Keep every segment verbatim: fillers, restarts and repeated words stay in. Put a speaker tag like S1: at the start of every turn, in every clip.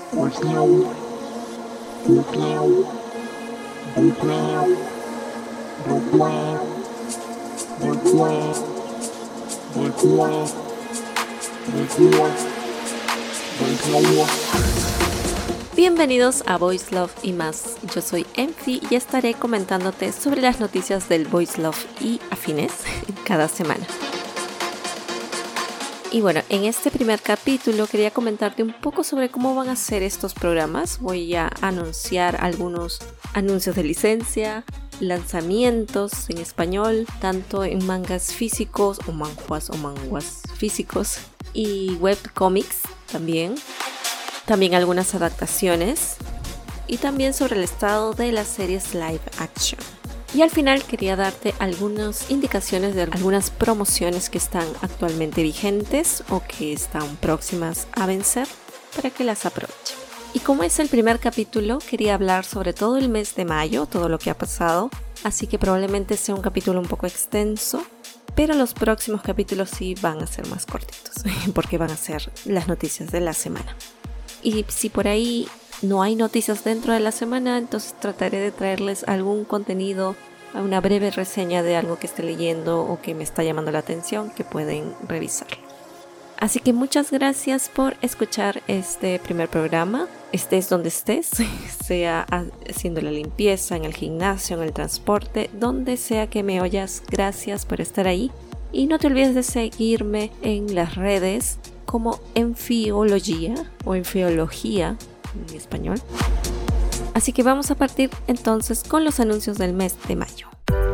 S1: Voicelav, Voicelav, Voicelav, Voicelav, Voicelav, Voicelav, Voicelav, Voicelav.
S2: Bienvenidos a Voicelav y más. Yo soy Enfi y estaré comentándote sobre las noticias del Voicelav y afines cada semana. Y bueno, en este primer capítulo quería comentarte un poco sobre cómo van a ser estos programas. Voy a anunciar algunos anuncios de licencia, lanzamientos en español, tanto en mangas físicos o manhwas o manguas físicos y webcomics también. También algunas adaptaciones y también sobre el estado de las series live action. Y al final quería darte algunas indicaciones de algunas promociones que están actualmente vigentes o que están próximas a vencer para que las aprovechen. Y como es el primer capítulo, quería hablar sobre todo el mes de mayo, todo lo que ha pasado, así que probablemente sea un capítulo un poco extenso, pero los próximos capítulos sí van a ser más cortitos, porque van a ser las noticias de la semana. Y si por ahí no hay noticias dentro de la semana, entonces trataré de traerles algún contenido, una breve reseña de algo que esté leyendo o que me está llamando la atención, que pueden revisarlo. Así que muchas gracias por escuchar este primer programa. Estés donde estés, sea haciendo la limpieza, en el gimnasio, en el transporte, donde sea que me oyas, gracias por estar ahí. Y no te olvides de seguirme en las redes como Enfiología o Enfiología en español. Así que vamos a partir entonces con los anuncios del mes de mayo.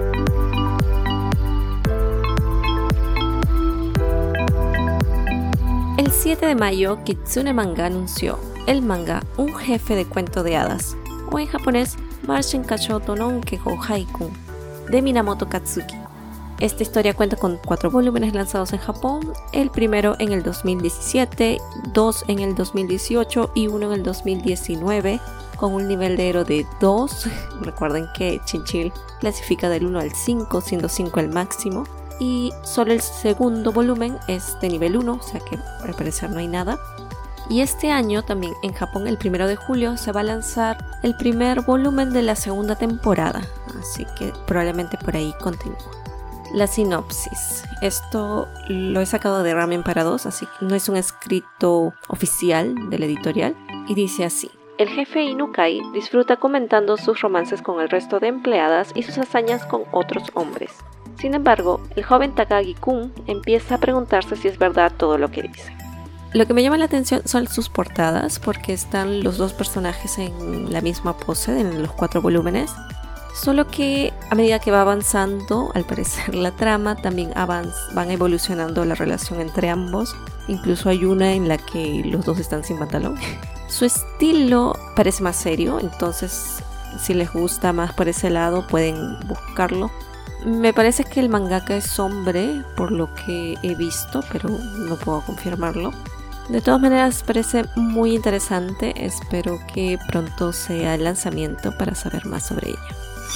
S2: El siete de mayo, Kitsune Manga anunció el manga Un jefe de cuento de hadas, o en japonés Marshen Kashoto no Unkeigo Haikun, de Minamoto Katsuki. Esta historia cuenta con cuatro volúmenes lanzados en Japón, el primero en el dos mil diecisiete, dos en el dos mil dieciocho y uno en el dos mil diecinueve, con un nivel de Ero de dos. Recuerden que Chinchil clasifica del uno al cinco, siendo cinco el máximo. Y solo el segundo volumen es de nivel uno, o sea que al parecer no hay nada. Y este año también en Japón, el primero de julio, se va a lanzar el primer volumen de la segunda temporada. Así que probablemente por ahí continúe. La sinopsis. Esto lo he sacado de Ramen para dos, así que no es un escrito oficial de la editorial. Y dice así. El jefe Inukai disfruta comentando sus romances con el resto de empleadas y sus hazañas con otros hombres. Sin embargo, el joven Takagi-kun empieza a preguntarse si es verdad todo lo que dice. Lo que me llama la atención son sus portadas, porque están los dos personajes en la misma pose en los cuatro volúmenes. Solo que a medida que va avanzando, al parecer la trama, también avanza, van evolucionando la relación entre ambos. Incluso hay una en la que los dos están sin pantalón. Su estilo parece más serio, entonces si les gusta más por ese lado pueden buscarlo. Me parece que el mangaka es hombre, por lo que he visto, pero no puedo confirmarlo. De todas maneras parece muy interesante, espero que pronto sea el lanzamiento para saber más sobre ella.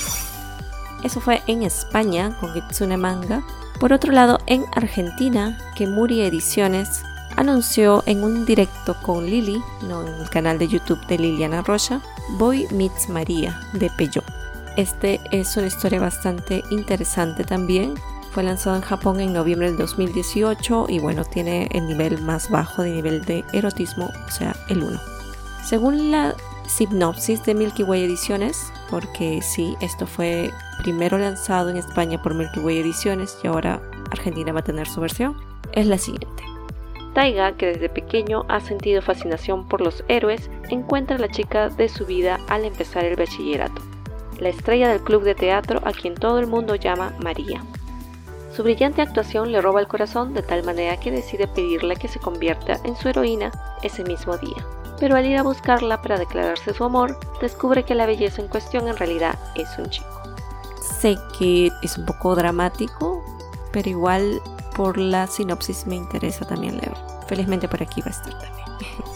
S2: Eso fue en España con Kitsune Manga. Por otro lado, en Argentina, Kemuri Ediciones anunció en un directo con Lili, no, en el canal de YouTube de Liliana Rocha, Boy Meets María de Peyo. Este es una historia bastante interesante también. Fue lanzado en Japón en noviembre del dos mil dieciocho y bueno, tiene el nivel más bajo de nivel de erotismo, o sea, el uno. Según la sinopsis de Milky Way Ediciones, porque sí, esto fue primero lanzado en España por Milky Way Ediciones y ahora Argentina va a tener su versión, es la siguiente. Taiga, que desde pequeño ha sentido fascinación por los héroes, encuentra a la chica de su vida al empezar el bachillerato, la estrella del club de teatro a quien todo el mundo llama María. Su brillante actuación le roba el corazón de tal manera que decide pedirle que se convierta en su heroína ese mismo día. Pero al ir a buscarla para declararse su amor, descubre que la belleza en cuestión en realidad es un chico. Sé que es un poco dramático, pero igual por la sinopsis me interesa también leer. Felizmente por aquí va a estar también.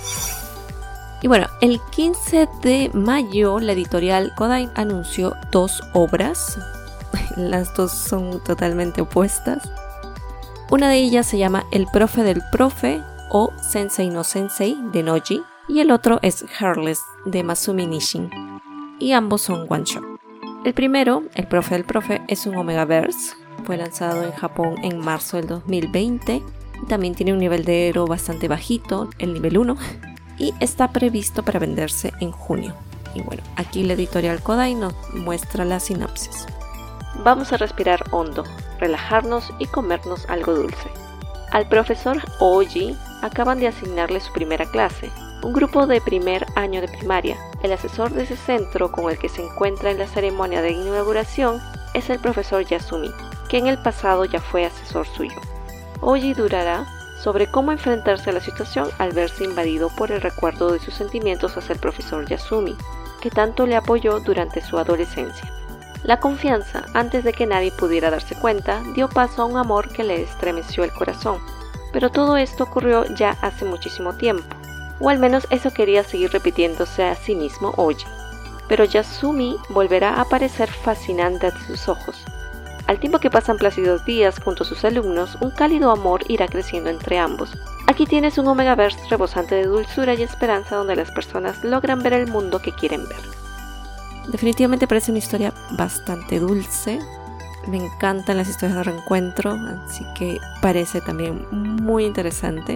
S2: Y bueno, el quince de mayo la editorial Kodansha anunció dos obras. Las dos son totalmente opuestas. Una de ellas se llama El profe del profe o Sensei no Sensei de Noji, y el otro es Heartless de Masumi Nishin, y ambos son one shot. El primero, El profe del profe, es un Omegaverse, fue lanzado en Japón en marzo del dos mil veinte, y también tiene un nivel de héroe bastante bajito, el nivel uno, y está previsto para venderse en junio. Y bueno, aquí la editorial Kodai nos muestra la sinopsis. Vamos a respirar hondo, relajarnos y comernos algo dulce. Al profesor Oji acaban de asignarle su primera clase, un grupo de primer año de primaria. El asesor de ese centro con el que se encuentra en la ceremonia de inauguración es el profesor Yasumi, que en el pasado ya fue asesor suyo. Oji durará sobre cómo enfrentarse a la situación al verse invadido por el recuerdo de sus sentimientos hacia el profesor Yasumi, que tanto le apoyó durante su adolescencia. La confianza, antes de que nadie pudiera darse cuenta, dio paso a un amor que le estremeció el corazón. Pero todo esto ocurrió ya hace muchísimo tiempo, o al menos eso quería seguir repitiéndose a sí mismo Oji. Pero Yasumi volverá a aparecer fascinante ante sus ojos. Al tiempo que pasan plácidos días junto a sus alumnos, un cálido amor irá creciendo entre ambos. Aquí tienes un Omegaverse rebosante de dulzura y esperanza donde las personas logran ver el mundo que quieren ver. Definitivamente parece una historia bastante dulce. Me encantan las historias de reencuentro, así que parece también muy interesante.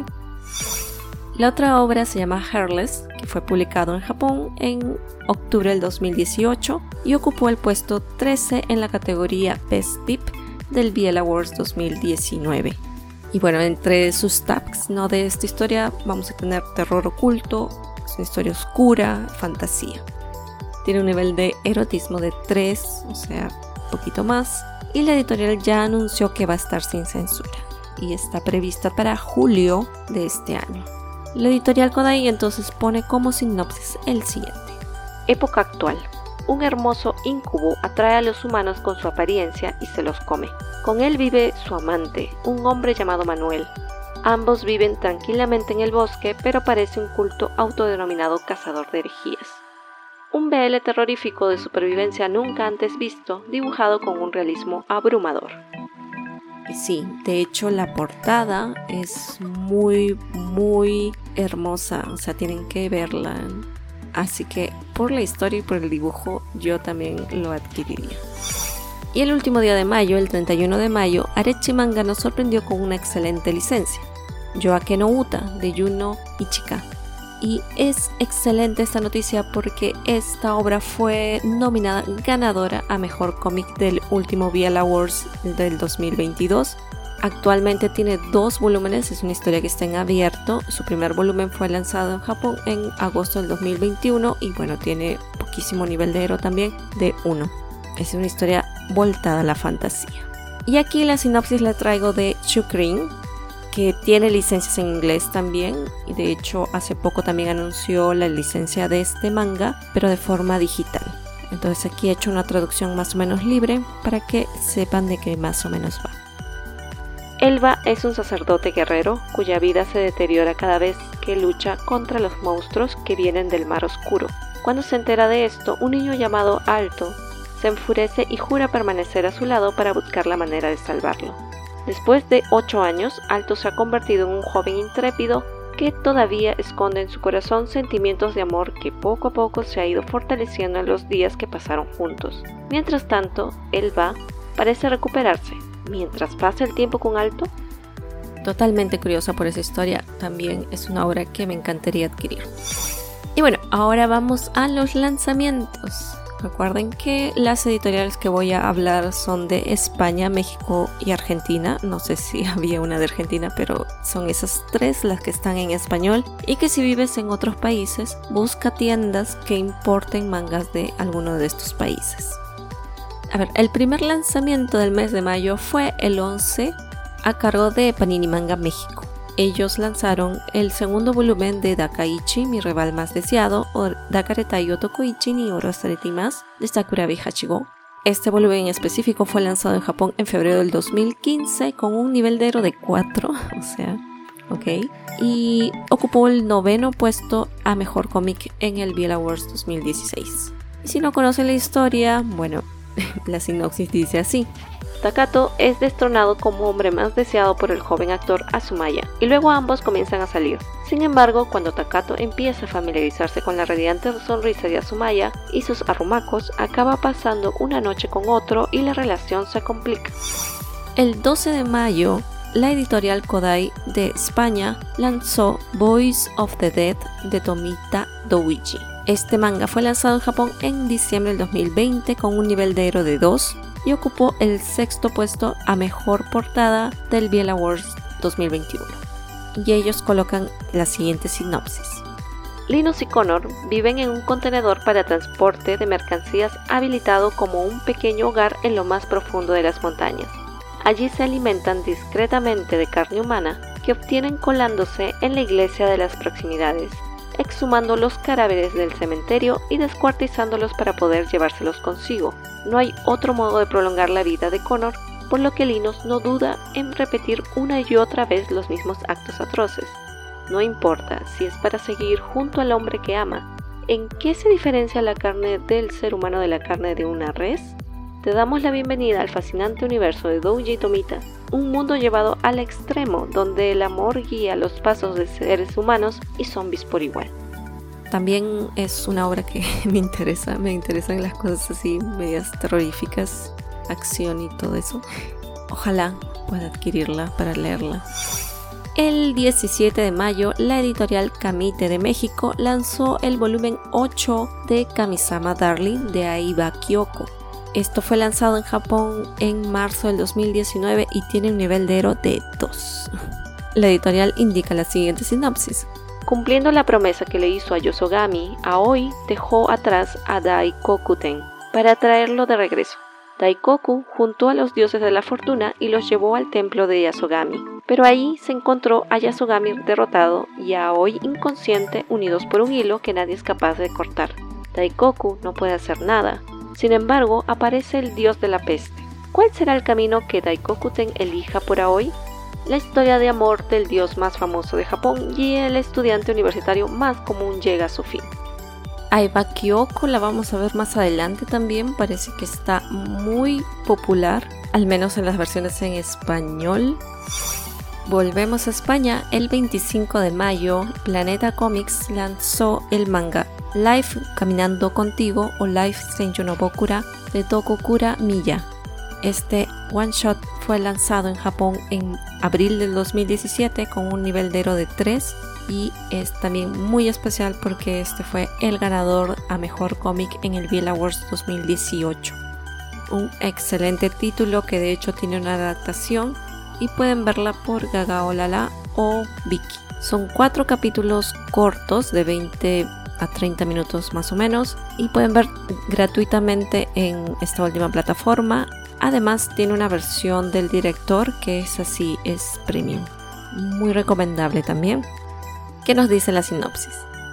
S2: La otra obra se llama Heartless, que fue publicado en Japón en octubre del dos mil dieciocho y ocupó el puesto trece en la categoría Best Tip del B L Awards dos mil diecinueve. Y bueno, entre sus tags, ¿no?, de esta historia vamos a tener terror oculto, es una historia oscura, fantasía. Tiene un nivel de erotismo de tres, o sea, un poquito más. Y la editorial ya anunció que va a estar sin censura y está prevista para julio de este año. La editorial Kodai entonces pone como sinopsis el siguiente. Época actual. Un hermoso íncubo atrae a los humanos con su apariencia y se los come. Con él vive su amante, un hombre llamado Manuel. Ambos viven tranquilamente en el bosque, pero parece un culto autodenominado cazador de herejías. Un B L terrorífico de supervivencia nunca antes visto, dibujado con un realismo abrumador. Y sí, de hecho la portada es muy, muy hermosa, o sea, tienen que verla. Así que por la historia y por el dibujo yo también lo adquiriría. Y el último día de mayo, el treinta y uno de mayo, Arechi Manga nos sorprendió con una excelente licencia, Yoake no Uta, de Yuno Ichika. Y es excelente esta noticia porque esta obra fue nominada ganadora a Mejor Cómic del último B L Awards del dos mil veintidós. Actualmente tiene dos volúmenes, es una historia que está en abierto. Su primer volumen fue lanzado en Japón en agosto del dos mil veintiuno y bueno, tiene poquísimo nivel de héroe también, de uno. Es una historia voltada a la fantasía. Y aquí la sinopsis la traigo de Chukrin, que tiene licencias en inglés también, y de hecho hace poco también anunció la licencia de este manga, pero de forma digital. Entonces aquí he hecho una traducción más o menos libre para que sepan de qué más o menos va. Elba es un sacerdote guerrero cuya vida se deteriora cada vez que lucha contra los monstruos que vienen del mar oscuro. Cuando se entera de esto, un niño llamado Alto se enfurece y jura permanecer a su lado para buscar la manera de salvarlo. Después de ocho años, Alto se ha convertido en un joven intrépido que todavía esconde en su corazón sentimientos de amor que poco a poco se ha ido fortaleciendo en los días que pasaron juntos. Mientras tanto, Elba parece recuperarse. Mientras pasa el tiempo con Alto, totalmente curiosa por esa historia, también es una obra que me encantaría adquirir. Y bueno, ahora vamos a los lanzamientos. Recuerden que las editoriales que voy a hablar son de España, México y Argentina. No sé si había una de Argentina, pero son esas tres las que están en español. Y que si vives en otros países, busca tiendas que importen mangas de alguno de estos países. A ver, el primer lanzamiento del mes de mayo fue el once a cargo de Panini Manga México. Ellos lanzaron el segundo volumen de Dakaichi, mi rival más deseado, o Dakaretai Otokoichi ni Orosaretimasu de Sakurabe Hachigo. Este volumen en específico fue lanzado en Japón en febrero del dos mil quince con un nivel de héroe de cuatro, o sea, ok. Y ocupó el noveno puesto a Mejor Cómic en el B L Awards dos mil dieciséis. Y si no conocen la historia, bueno, la sinopsis dice así. Takato es destronado como hombre más deseado por el joven actor Azumaya, y luego ambos comienzan a salir. Sin embargo, cuando Takato empieza a familiarizarse con la radiante sonrisa de Azumaya y sus arrumacos, acaba pasando una noche con otro y la relación se complica. El doce de mayo, la editorial Kodai de España lanzó Voice of the Dead de Tomita Douichi. Este manga fue lanzado en Japón en diciembre del dos mil veinte con un nivel de héroe de dos y ocupó el sexto puesto a mejor portada del Biel Awards dos mil veintiuno. Y ellos colocan la siguiente sinopsis. Linus y Connor viven en un contenedor para transporte de mercancías habilitado como un pequeño hogar en lo más profundo de las montañas. Allí se alimentan discretamente de carne humana que obtienen colándose en la iglesia de las proximidades, exhumando los cadáveres del cementerio y descuartizándolos para poder llevárselos consigo. No hay otro modo de prolongar la vida de Connor, por lo que Linus no duda en repetir una y otra vez los mismos actos atroces. No importa si es para seguir junto al hombre que ama. ¿En qué se diferencia la carne del ser humano de la carne de una res? Te damos la bienvenida al fascinante universo de Douji Tomita, un mundo llevado al extremo donde el amor guía los pasos de seres humanos y zombies por igual. También es una obra que me interesa, me interesan las cosas así medias terroríficas, acción y todo eso. Ojalá pueda adquirirla para leerla. El diecisiete de mayo, la editorial Kamite de México lanzó el volumen ocho de Kamisama Darling de Aiba Kyoko. Esto fue lanzado en Japón en marzo del dos mil diecinueve y tiene un nivel de héroe de dos. La editorial indica la siguiente sinopsis. Cumpliendo la promesa que le hizo a Yosogami, Aoi dejó atrás a Daikoku-ten para traerlo de regreso. Daikoku juntó a los dioses de la fortuna y los llevó al templo de Yasogami, pero ahí se encontró a Yasogami derrotado y a Aoi inconsciente unidos por un hilo que nadie es capaz de cortar. Daikoku no puede hacer nada. Sin embargo, aparece el dios de la peste. ¿Cuál será el camino que Daikoku-ten elija por Aoi? La historia de amor del dios más famoso de Japón y el estudiante universitario más común llega a su fin. Aiba Kyoko la vamos a ver más adelante también, parece que está muy popular, al menos en las versiones en español. Volvemos a España. El veinticinco de mayo, Planeta Comics lanzó el manga Life Caminando Contigo o Life Senju no Bokura de Tokokura Miya. Este one shot fue lanzado en Japón en abril del dos mil diecisiete con un nivel de héroe de tres y es también muy especial porque este fue el ganador a mejor cómic en el Biel Awards dos mil dieciocho. Un excelente título que de hecho tiene una adaptación y pueden verla por Gagaolala o Viki. Son cuatro capítulos cortos de veinte a treinta minutos más o menos y pueden ver gratuitamente en esta última plataforma. Además tiene una versión del director que es así, es premium. Muy recomendable también. ¿Qué nos dice la sinopsis?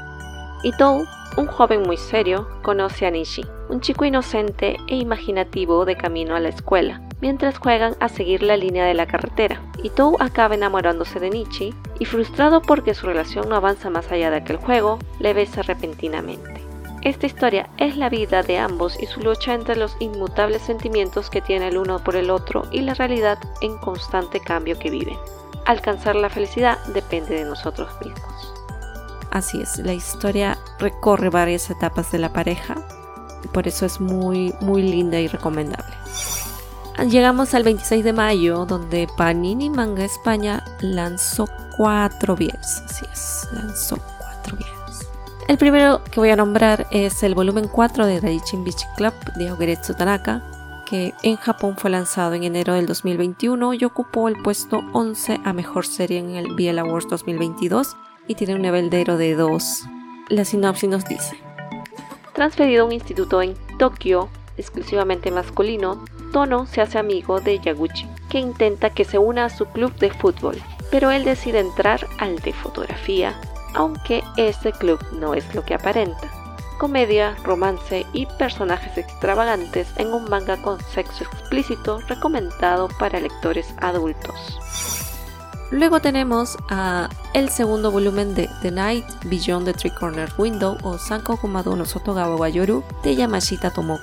S2: Itou, un joven muy serio, conoce a Nishi, un chico inocente e imaginativo de camino a la escuela. Mientras juegan a seguir la línea de la carretera, Itou acaba enamorándose de Nishi y frustrado porque su relación no avanza más allá de aquel juego, le besa repentinamente. Esta historia es la vida de ambos y su lucha entre los inmutables sentimientos que tiene el uno por el otro y la realidad en constante cambio que viven. Alcanzar la felicidad depende de nosotros mismos. Así es, la historia recorre varias etapas de la pareja, por eso es muy, muy linda y recomendable. Llegamos al veintiséis de mayo, donde Panini Manga España lanzó cuatro Biels. Así es, lanzó cuatro Biels. El primero que voy a nombrar es el volumen cuatro de Daichin Beach Club de Ogeretsu Tanaka, que en Japón fue lanzado en enero del dos mil veintiuno y ocupó el puesto once a mejor serie en el Biel Awards dos mil veintidós y tiene un nivel de héroe de dos. La sinopsis nos dice: transferido a un instituto en Tokio exclusivamente masculino, Tono se hace amigo de Yaguchi, que intenta que se una a su club de fútbol, pero él decide entrar al de fotografía, aunque este club no es lo que aparenta. Comedia, romance y personajes extravagantes en un manga con sexo explícito recomendado para lectores adultos. Luego tenemos a el segundo volumen de The Night Beyond the Three Cornered Window o Sankoku Mado no Sotogawa wa Yoru de Yamashita Tomoko.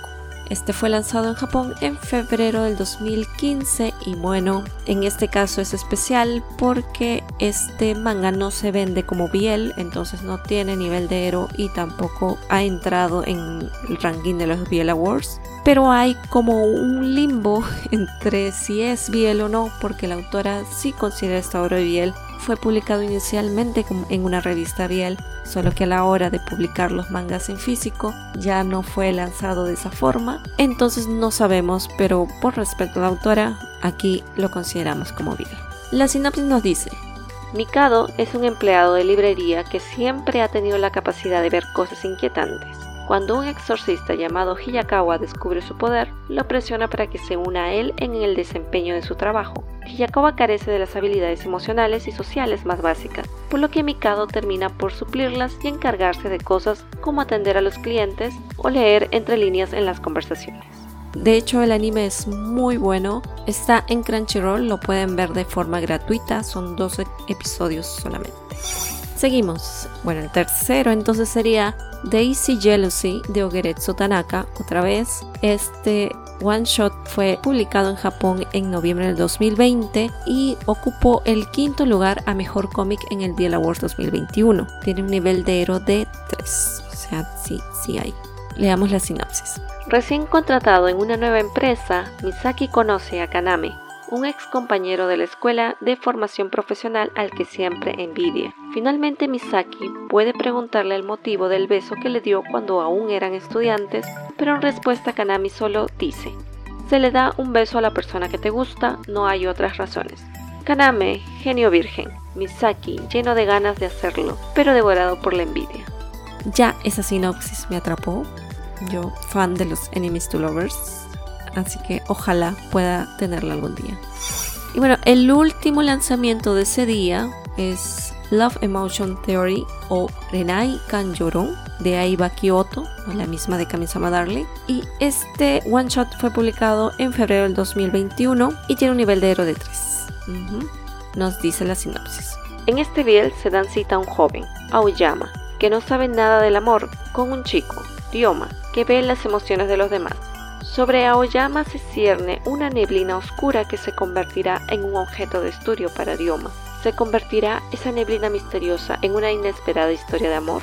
S2: Este fue lanzado en Japón en febrero del dos mil quince y bueno, en este caso es especial porque este manga no se vende como B L, entonces no tiene nivel de Ero y tampoco ha entrado en el ranking de los B L Awards. Pero hay como un limbo entre si es B L o no, porque la autora sí considera esta obra B L. Fue publicado inicialmente en una revista B L, solo que a la hora de publicar los mangas en físico ya no fue lanzado de esa forma. Entonces no sabemos, pero por respeto a la autora, aquí lo consideramos como B L. La sinopsis nos dice: Mikado es un empleado de librería que siempre ha tenido la capacidad de ver cosas inquietantes. Cuando un exorcista llamado Hiyakawa descubre su poder, lo presiona para que se una a él en el desempeño de su trabajo. Hiyakawa carece de las habilidades emocionales y sociales más básicas, por lo que Mikado termina por suplirlas y encargarse de cosas como atender a los clientes o leer entre líneas en las conversaciones. De hecho, el anime es muy bueno, está en Crunchyroll, lo pueden ver de forma gratuita, son doce episodios solamente. Seguimos. Bueno, el tercero entonces sería Daisy Jealousy de Ogeretsu Tanaka. Otra vez, este one shot fue publicado en Japón en noviembre del dos mil veinte y ocupó el quinto lugar a mejor cómic en el B L Awards dos mil veintiuno. Tiene un nivel de Ero de tres, o sea, sí, sí hay. Leamos la sinopsis. Recién contratado en una nueva empresa, Misaki conoce a Kaname, un ex compañero de la escuela de formación profesional al que siempre envidia. Finalmente Misaki puede preguntarle el motivo del beso que le dio cuando aún eran estudiantes, pero en respuesta Kaname solo dice: se le da un beso a la persona que te gusta, no hay otras razones. Kaname, genio virgen. Misaki, lleno de ganas de hacerlo, pero devorado por la envidia. Ya esa sinopsis me atrapó. Yo, fan de los enemies to lovers, así que ojalá pueda tenerla algún día. Y bueno, el último lanzamiento de ese día es Love Emotion Theory o Renai Kanjoron de Aiba Kyoto, la misma de Kamisama Darling. Y este one shot fue publicado en febrero del dos mil veintiuno y tiene un nivel de Ero de tres. Uh-huh. Nos dice la sinopsis. En este B L se dan cita a un joven, Aoyama, que no sabe nada del amor, con un chico, Ryoma, que ve las emociones de los demás. Sobre Aoyama se cierne una neblina oscura que se convertirá en un objeto de estudio para Ryoma. ¿Se convertirá esa neblina misteriosa en una inesperada historia de amor?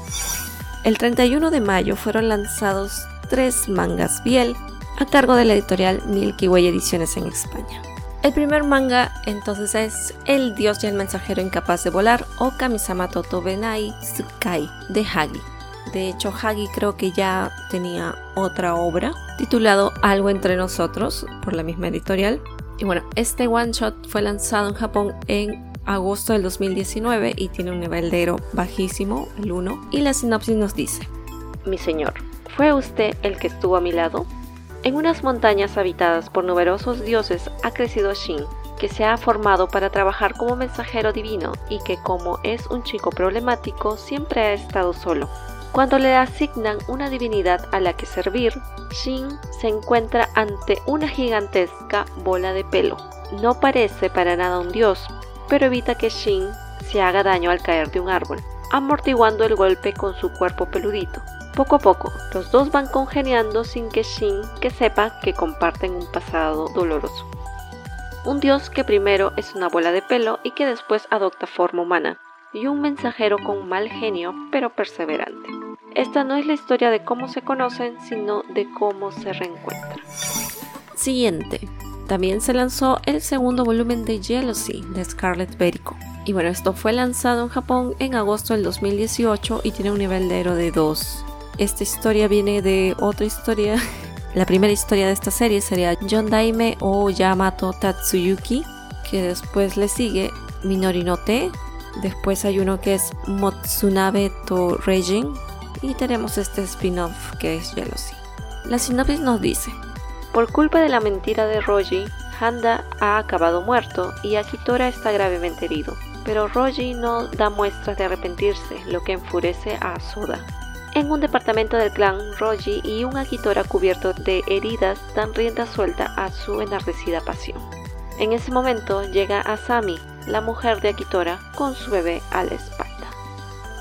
S2: El treinta y uno de mayo fueron lanzados tres mangas B L a cargo de la editorial Milky Way Ediciones en España. El primer manga entonces es El dios y el mensajero incapaz de volar o Kamisama Totobenai Tsukai de Hagi. De hecho, Hagi creo que ya tenía otra obra titulado Algo entre nosotros por la misma editorial. Y bueno, este one shot fue lanzado en Japón en agosto del dos mil diecinueve y tiene un nivel de Ero bajísimo, el uno. Y la sinopsis nos dice: mi señor, ¿fue usted el que estuvo a mi lado? En unas montañas habitadas por numerosos dioses ha crecido Shin, que se ha formado para trabajar como mensajero divino y que, como es un chico problemático, siempre ha estado solo. Cuando le asignan una divinidad a la que servir, Shin se encuentra ante una gigantesca bola de pelo. No parece para nada un dios, pero evita que Shin se haga daño al caer de un árbol, amortiguando el golpe con su cuerpo peludito. Poco a poco, los dos van congeniando sin que Shin que sepa que comparten un pasado doloroso. Un dios que primero es una bola de pelo y que después adopta forma humana, y un mensajero con mal genio pero perseverante. Esta no es la historia de cómo se conocen, sino de cómo se reencuentran. Siguiente. También se lanzó el segundo volumen de Jealousy de Scarlett Berico. Y bueno, esto fue lanzado en Japón en agosto del dos mil dieciocho y tiene un nivel de Ero de dos. Esta historia viene de otra historia. La primera historia de esta serie sería Yondaime o Yamato Tatsuyuki, que después le sigue Minori no Te. Después hay uno que es Motsunabe to Reijin y tenemos este spin-off que es Jealousy. La sinopsis nos dice: por culpa de la mentira de Roji, Handa ha acabado muerto y Akitora está gravemente herido, pero Roji no da muestras de arrepentirse, lo que enfurece a Soda. En un departamento del clan, Roji y un Akitora cubierto de heridas dan rienda suelta a su enardecida pasión. En ese momento llega Asami, la mujer de Akitora, con su bebé a la espalda.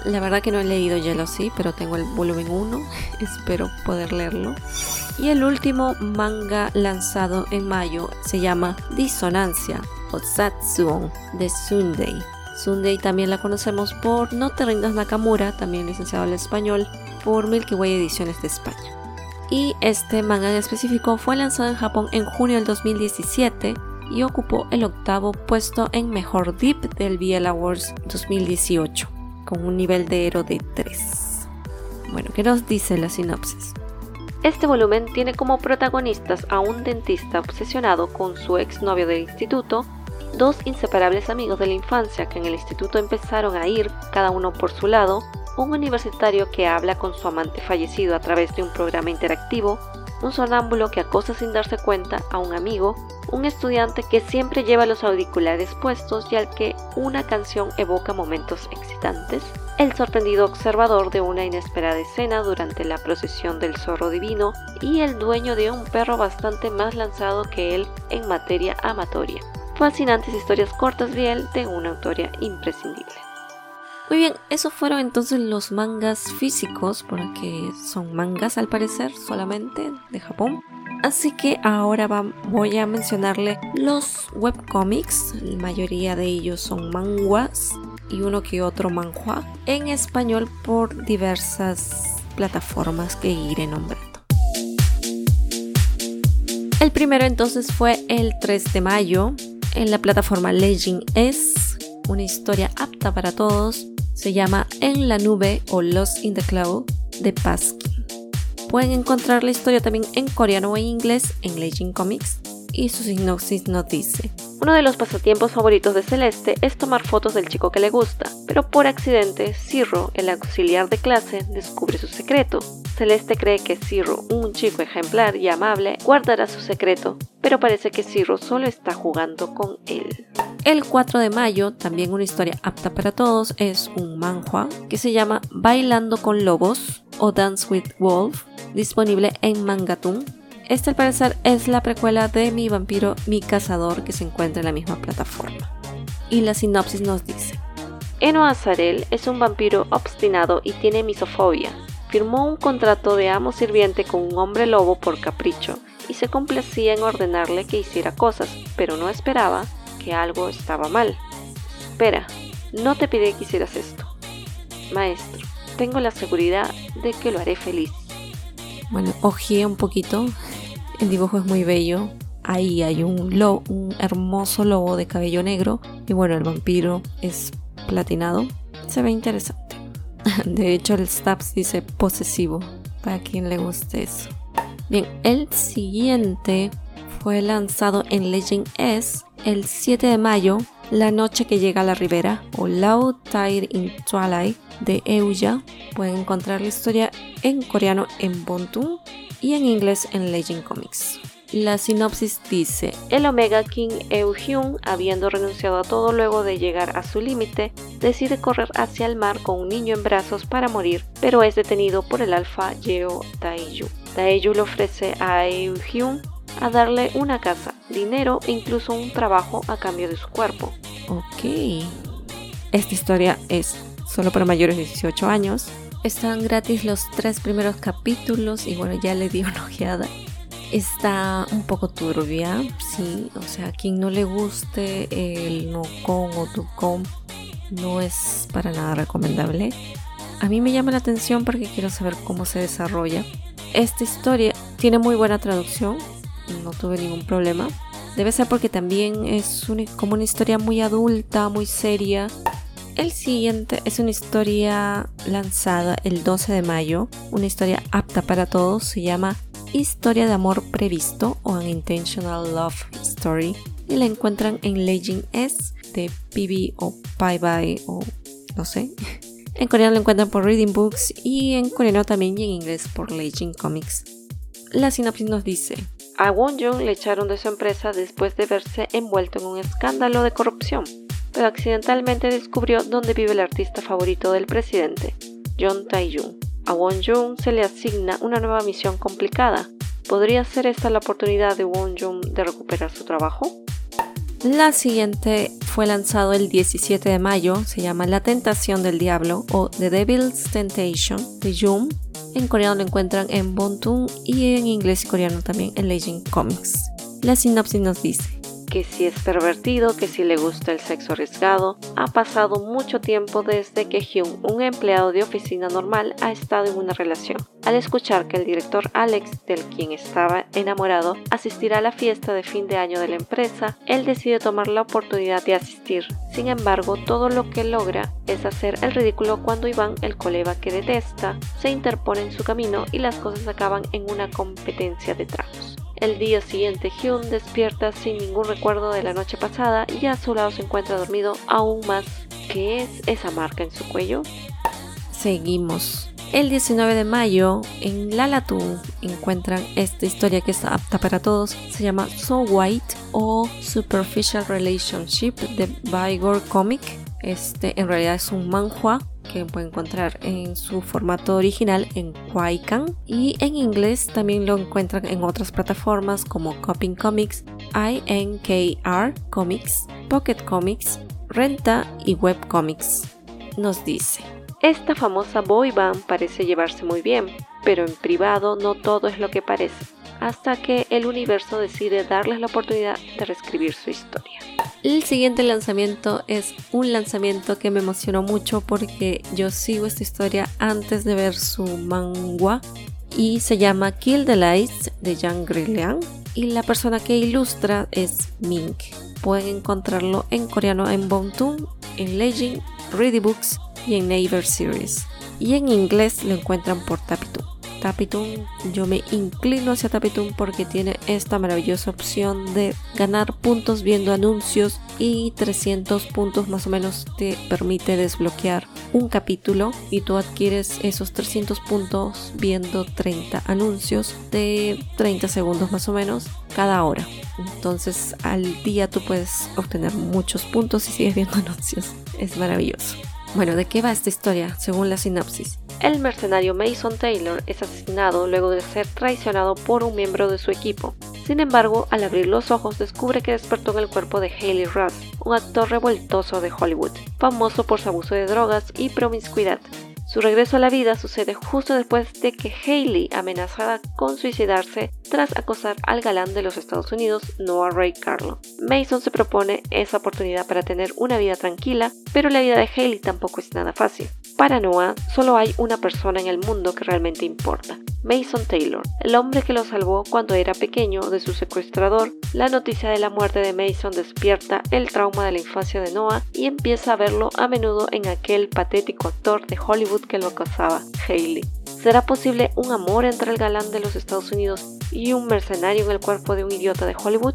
S2: La verdad que no he leído Jealousy, pero tengo el volumen uno, espero poder leerlo. Y el último manga lanzado en mayo se llama Disonancia o Satsuon de Sunday. Sunday también la conocemos por No te rindas Nakamura, también licenciado al español por Milky Way Ediciones de España. Y este manga en específico fue lanzado en Japón en junio del dos mil diecisiete y ocupó el octavo puesto en Mejor Dip del B L Awards dos mil dieciocho, con un nivel de Ero de tres. Bueno, ¿qué nos dice la sinopsis? Este volumen tiene como protagonistas a un dentista obsesionado con su exnovio del instituto, dos inseparables amigos de la infancia que en el instituto empezaron a ir cada uno por su lado, un universitario que habla con su amante fallecido a través de un programa interactivo, un sonámbulo que acosa sin darse cuenta a un amigo, un estudiante que siempre lleva los auriculares puestos y al que una canción evoca momentos excitantes, el sorprendido observador de una inesperada escena durante la procesión del zorro divino y el dueño de un perro bastante más lanzado que él en materia amatoria. Fascinantes historias cortas de él de una autoría imprescindible. Muy bien, esos fueron entonces los mangas físicos, porque son mangas al parecer solamente de Japón. Así que ahora va, voy a mencionarle los webcomics, la mayoría de ellos son manhwas y uno que otro manhwa, en español por diversas plataformas que iré nombrando. El primero entonces fue el tres de mayo en la plataforma Legend S, una historia apta para todos. Se llama En la nube o Lost in the Cloud de Paskin. Pueden encontrar la historia también en coreano o en inglés en Legend Comics y su sinopsis nos dice: uno de los pasatiempos favoritos de Celeste es tomar fotos del chico que le gusta, pero por accidente Zero, el auxiliar de clase, descubre su secreto. Celeste cree que Zero, un chico ejemplar y amable, guardará su secreto, pero parece que Zero solo está jugando con él. El cuatro de mayo, también una historia apta para todos, es un manhwa que se llama Bailando con Lobos o Dance with Wolf, disponible en Mangatún. Este al parecer es la precuela de Mi vampiro, mi cazador, que se encuentra en la misma plataforma. Y la sinopsis nos dice: Eno Azarel es un vampiro obstinado y tiene misofobia. Firmó un contrato de amo-sirviente con un hombre lobo por capricho y se complacía en ordenarle que hiciera cosas, pero no esperaba que algo estaba mal. Espera, no te pide que hicieras esto. Maestro, tengo la seguridad de que lo haré feliz. Bueno, ojeé un poquito. El dibujo es muy bello. Ahí hay un lobo, un hermoso lobo de cabello negro. Y bueno, el vampiro es platinado. Se ve interesante. De hecho, el Stabs dice posesivo, para quien le guste eso. Bien, el siguiente fue lanzado en Legend S el siete de mayo, La noche que llega a la ribera, o Loud Tide in Twilight de Euya. Pueden encontrar la historia en coreano en Bontoon y en inglés en Legend Comics. La sinopsis dice: el Omega King Eun-hyun, habiendo renunciado a todo luego de llegar a su límite, decide correr hacia el mar con un niño en brazos para morir, pero es detenido por el alfa Yeo Taeyu. Taeyu le ofrece a Eun-hyun a darle una casa, dinero e incluso un trabajo a cambio de su cuerpo. Ok. Esta historia es solo para mayores de dieciocho años. Están gratis los tres primeros capítulos y bueno, ya le di una ojeada. Está un poco turbia, sí, o sea, a quien no le guste el no-con o tu-con no es para nada recomendable. A mí me llama la atención porque quiero saber cómo se desarrolla. Esta historia tiene muy buena traducción, no tuve ningún problema. Debe ser porque también es una, como una historia muy adulta, muy seria. El siguiente es una historia lanzada el doce de mayo, una historia apta para todos, se llama Historia de amor previsto o Unintentional Love Story y la encuentran en Legend S de P B o Bye Bye o no sé. En coreano lo encuentran por Reading Books y en coreano también y en inglés por Legend Comics. La sinopsis nos dice: a Won-jung le echaron de su empresa después de verse envuelto en un escándalo de corrupción, pero accidentalmente descubrió dónde vive el artista favorito del presidente, John Tae-jung. A Won-jung se le asigna una nueva misión complicada. ¿Podría ser esta la oportunidad de Won-jung de recuperar su trabajo? La siguiente fue lanzado el diecisiete de mayo, se llama La Tentación del Diablo o The Devil's Temptation de Jum. En coreano lo encuentran en Bontoon y en inglés y coreano también en Legend Comics. La sinopsis nos dice que si es pervertido, que si le gusta el sexo arriesgado. Ha pasado mucho tiempo desde que Hyun, un empleado de oficina normal, ha estado en una relación. Al escuchar que el director Alex, del quien estaba enamorado, asistirá a la fiesta de fin de año de la empresa, él decide tomar la oportunidad de asistir. Sin embargo, todo lo que logra es hacer el ridículo cuando Iván, el colega que detesta, se interpone en su camino y las cosas acaban en una competencia de tragos. El día siguiente, Hyun despierta sin ningún recuerdo de la noche pasada y a su lado se encuentra dormido aún más. ¿Qué es esa marca en su cuello? Seguimos. El diecinueve de mayo, en Lalatoon encuentran esta historia que está apta para todos. Se llama So White o Superficial Relationship de Vigor Comic. Este en realidad es un manhwa que pueden encontrar en su formato original en Kwaikan y en inglés también lo encuentran en otras plataformas como Coping Comics, I N K R Comics, Pocket Comics, Renta y Web Comics. Nos dice: esta famosa boy band parece llevarse muy bien, pero en privado no todo es lo que parece, hasta que el universo decide darles la oportunidad de reescribir su historia. El siguiente lanzamiento es un lanzamiento que me emocionó mucho porque yo sigo esta historia antes de ver su manga y se llama Kill the Lights de Yang Grillian y la persona que ilustra es Mink. Pueden encontrarlo en coreano en Bontoon, en Legend, Ready Books y en Naver Series. Y en inglés lo encuentran por Tapitoon. Tapitoon, yo me inclino hacia Tapitoon porque tiene esta maravillosa opción de ganar puntos viendo anuncios y trescientos puntos más o menos te permite desbloquear un capítulo y tú adquieres esos trescientos puntos viendo treinta anuncios de treinta segundos más o menos cada hora. Entonces al día tú puedes obtener muchos puntos y sigues viendo anuncios. Es maravilloso. Bueno, ¿de qué va esta historia? Según la sinopsis. El mercenario Mason Taylor es asesinado luego de ser traicionado por un miembro de su equipo. Sin embargo, al abrir los ojos descubre que despertó en el cuerpo de Haley Russ, un actor revoltoso de Hollywood, famoso por su abuso de drogas y promiscuidad. Su regreso a la vida sucede justo después de que Haley amenazara con suicidarse tras acosar al galán de los Estados Unidos, Noah Ray Carlo. Mason se propone esa oportunidad para tener una vida tranquila, pero la vida de Haley tampoco es nada fácil. Para Noah, solo hay una persona en el mundo que realmente importa: Mason Taylor, el hombre que lo salvó cuando era pequeño de su secuestrador. La noticia de la muerte de Mason despierta el trauma de la infancia de Noah y empieza a verlo a menudo en aquel patético actor de Hollywood que lo acosaba, Haley. ¿Será posible un amor entre el galán de los Estados Unidos y un mercenario en el cuerpo de un idiota de Hollywood?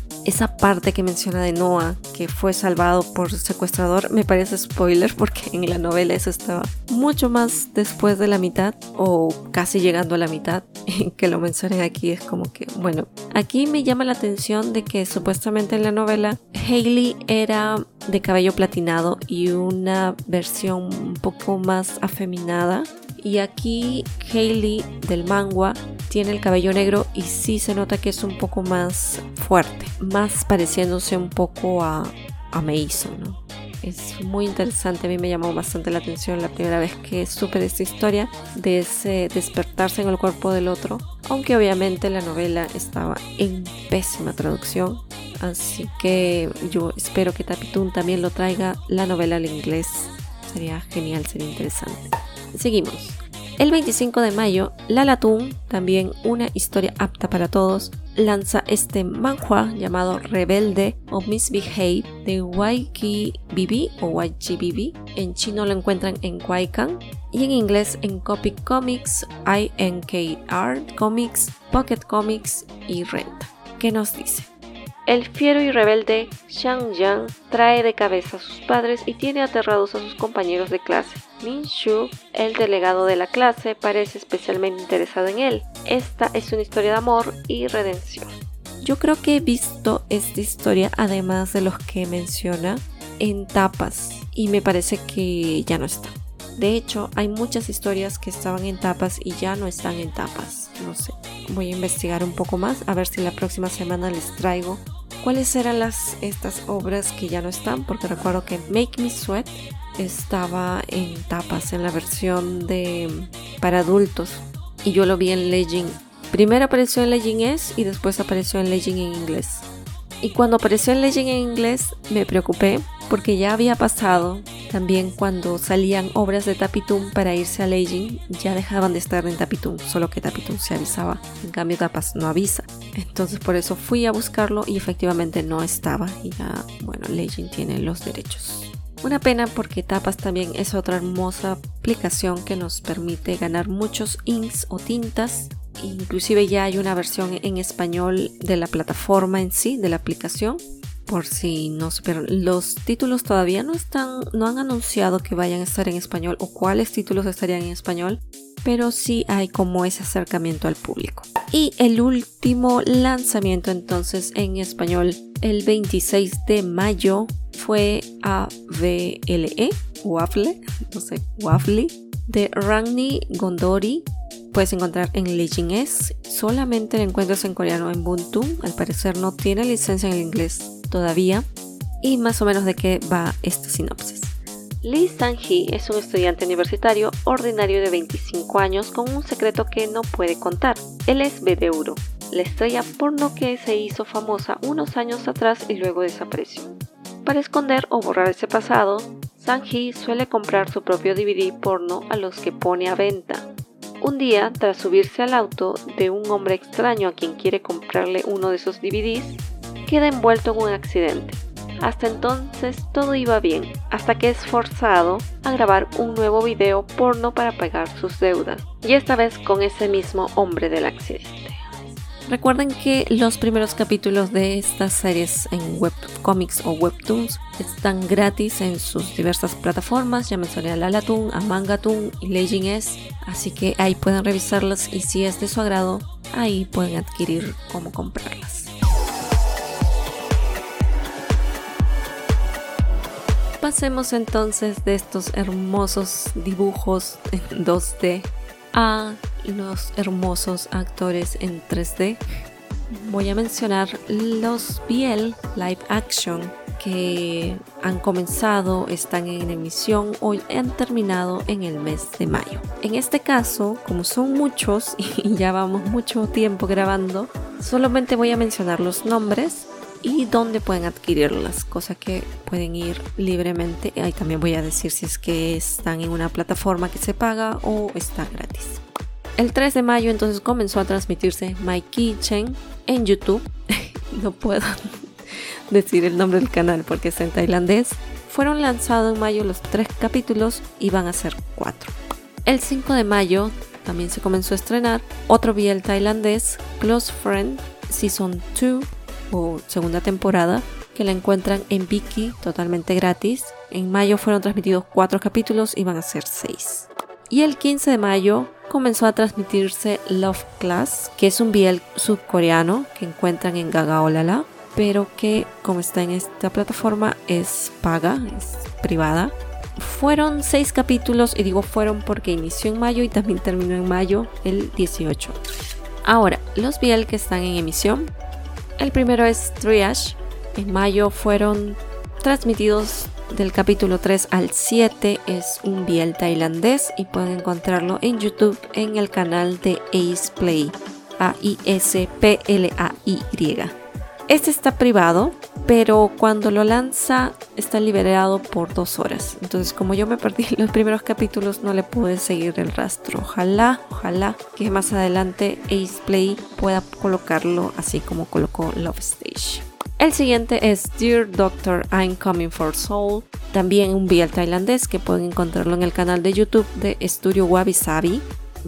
S2: Esa parte que menciona de Noah, que fue salvado por su secuestrador, me parece spoiler porque en la novela eso estaba mucho más después de la mitad o casi llegando a la mitad. Que lo mencionen aquí es como que, bueno, aquí me llama la atención de que supuestamente en la novela Haley era de cabello platinado y una versión un poco más afeminada. Y aquí Haley del manga tiene el cabello negro y sí se nota que es un poco más fuerte, más pareciéndose un poco a, a Mason, ¿no? Es muy interesante, a mí me llamó bastante la atención la primera vez que supe de esta historia, de ese despertarse en el cuerpo del otro, aunque obviamente la novela estaba en pésima traducción, así que yo espero que Tapitoon también lo traiga la novela al inglés, sería genial, sería interesante. Seguimos. El veinticinco de mayo, Lalatoon, también una historia apta para todos, lanza este manhwa llamado Rebelde o Misbehave de Y K B B o Y G B B. En chino lo encuentran en Kwaikan y en inglés en Copy Comics, I N K R Comics, Pocket Comics y Renta. ¿Qué nos dice? El fiero y rebelde Shang Yang trae de cabeza a sus padres y tiene aterrados a sus compañeros de clase. Min Shu, el delegado de la clase, parece especialmente interesado en él. Esta es una historia de amor y redención. Yo creo que he visto esta historia, además de los que menciona, en tapas y me parece que ya no está. De hecho, hay muchas historias que estaban en tapas y ya no están en tapas. No sé, voy a investigar un poco más a ver si la próxima semana les traigo ¿Cuáles eran las, estas obras que ya no están? Porque recuerdo que Make Me Sweat estaba en tapas, en la versión de para adultos. Y yo lo vi en Legend. Primero apareció en Legend S y después apareció en Legend en inglés. Y cuando apareció en Legend en inglés me preocupé porque ya había pasado también cuando salían obras de Tapitoon para irse a Legend, ya dejaban de estar en Tapitoon, solo que Tapitoon se avisaba, en cambio Tapas no avisa. Entonces por eso fui a buscarlo y efectivamente no estaba y ya, bueno, Legend tiene los derechos. Una pena porque Tapas también es otra hermosa aplicación que nos permite ganar muchos inks o tintas. Inclusive ya hay una versión en español de la plataforma en sí, de la aplicación. Por si no supieron, los títulos todavía no están, no han anunciado que vayan a estar en español o cuáles títulos estarían en español, pero sí hay como ese acercamiento al público. Y el último lanzamiento entonces en español, el veintiséis de mayo, fue A V L E, Waffle, no sé, Waffle, de Ragni Gondori. Puedes encontrar en Legend S, solamente lo encuentras en coreano en Buntoon, al parecer no tiene licencia en el inglés todavía. Y más o menos de qué va esta sinopsis. Lee Sang-hee es un estudiante universitario ordinario de veinticinco años con un secreto que no puede contar. Él es Bedeuro, la estrella porno que se hizo famosa unos años atrás y luego desapareció. Para esconder o borrar ese pasado, Sang-hee suele comprar su propio D V D porno a los que pone a venta. Un día, tras subirse al auto de un hombre extraño a quien quiere comprarle uno de esos D V Ds, queda envuelto en un accidente. Hasta entonces todo iba bien, hasta que es forzado a grabar un nuevo video porno para pagar sus deudas, y esta vez con ese mismo hombre del accidente. Recuerden que los primeros capítulos de estas series en webcomics o webtoons están gratis en sus diversas plataformas. Ya mencioné a Lalatoon, a Mangatoon y Legend S, así que ahí pueden revisarlas y si es de su agrado, ahí pueden adquirir cómo comprarlas. Pasemos entonces de estos hermosos dibujos en dos D a los hermosos actores en tres D. Voy a mencionar los B L Live Action que han comenzado, están en emisión o han terminado en el mes de mayo. En este caso, como son muchos y ya vamos mucho tiempo grabando, solamente voy a mencionar los nombres y dónde pueden adquirirlas, cosa que pueden ir libremente. Ahí también voy a decir si es que están en una plataforma que se paga o está gratis. El tres de mayo entonces comenzó a transmitirse My Kitchen en YouTube. No puedo decir el nombre del canal porque es en tailandés. Fueron lanzados en mayo los tres capítulos y van a ser cuatro. El cinco de mayo también se comenzó a estrenar otro B L tailandés, Close Friend Season dos o segunda temporada, que la encuentran en Viki totalmente gratis. En mayo fueron transmitidos cuatro capítulos y van a ser seis. Y el quince de mayo comenzó a transmitirse Love Class, que es un B L subcoreano que encuentran en Gagaolala, pero que como está en esta plataforma es paga, es privada. Fueron seis capítulos y digo fueron porque inició en mayo y también terminó en mayo el dieciocho. Ahora, los B L que están en emisión. El primero es Triage. En mayo fueron transmitidos del capítulo tres al siete. Es un B L tailandés y pueden encontrarlo en YouTube en el canal de Ace Play. A I S P L A Y. Este está privado, pero cuando lo lanza está liberado por dos horas. Entonces, como yo me perdí los primeros capítulos, no le pude seguir el rastro. Ojalá, ojalá que más adelante Ace Play pueda colocarlo así como colocó Love Stage. El siguiente es Dear Doctor, I'm Coming for Soul. También un B L tailandés que pueden encontrarlo en el canal de YouTube de Studio Wabi Sabi.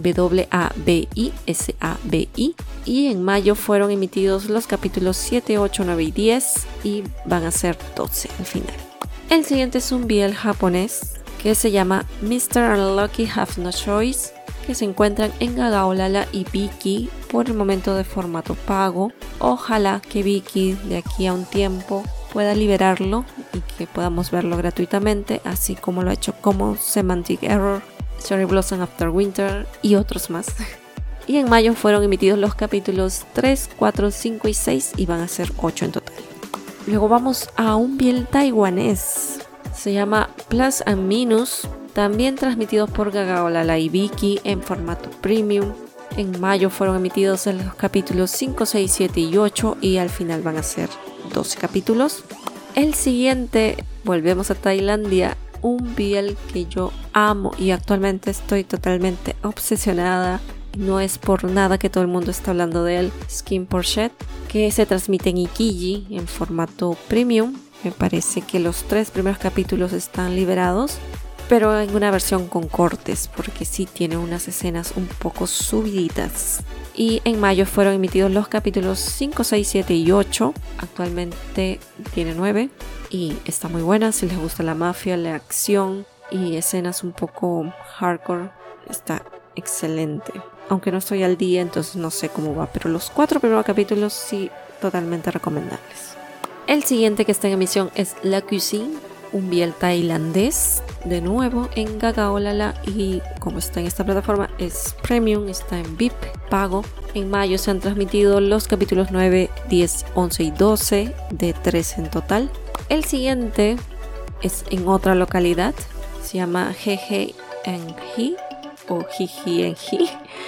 S2: W A B I S A B I, y en mayo fueron emitidos los capítulos siete, ocho, nueve y diez y van a ser doce al final. El siguiente es un B L japonés que se llama mister Unlucky Have No Choice, que se encuentran en Gagaolala y Viki por el momento de formato pago. Ojalá que Viki de aquí a un tiempo pueda liberarlo y que podamos verlo gratuitamente, así como lo ha hecho como Semantic Error, Cherry Blossom After Winter y otros más. Y en mayo fueron emitidos los capítulos tres, cuatro, cinco y seis y van a ser ocho en total. Luego vamos a un biel taiwanés. Se llama Plus and Minus. También transmitidos por Gagaolala y Viki en formato premium. En mayo fueron emitidos los capítulos cinco, seis, siete y ocho. Y al final van a ser doce capítulos. El siguiente, volvemos a Tailandia. Un biel que yo amo y actualmente estoy totalmente obsesionada. No es por nada que todo el mundo está hablando de él. Skin Porchette, que se transmite en Ikiji en formato premium. Me parece que los tres primeros capítulos están liberados, pero en una versión con cortes, porque sí tiene unas escenas un poco subiditas. Y en mayo fueron emitidos los capítulos cinco, seis, siete y ocho. Actualmente tiene nueve y está muy buena. Si les gusta la mafia, la acción y escenas un poco hardcore, está excelente. Aunque no estoy al día, entonces no sé cómo va, pero los cuatro primeros capítulos sí, totalmente recomendables. El siguiente que está en emisión es La Cuisine, un biel tailandés, de nuevo en Gagaolala, y como está en esta plataforma es premium, está en V I P, pago. En mayo se han transmitido los capítulos nueve, diez, once y doce, de trece en total. El siguiente es en otra localidad, se llama Jeje Enji o Jiji Enji,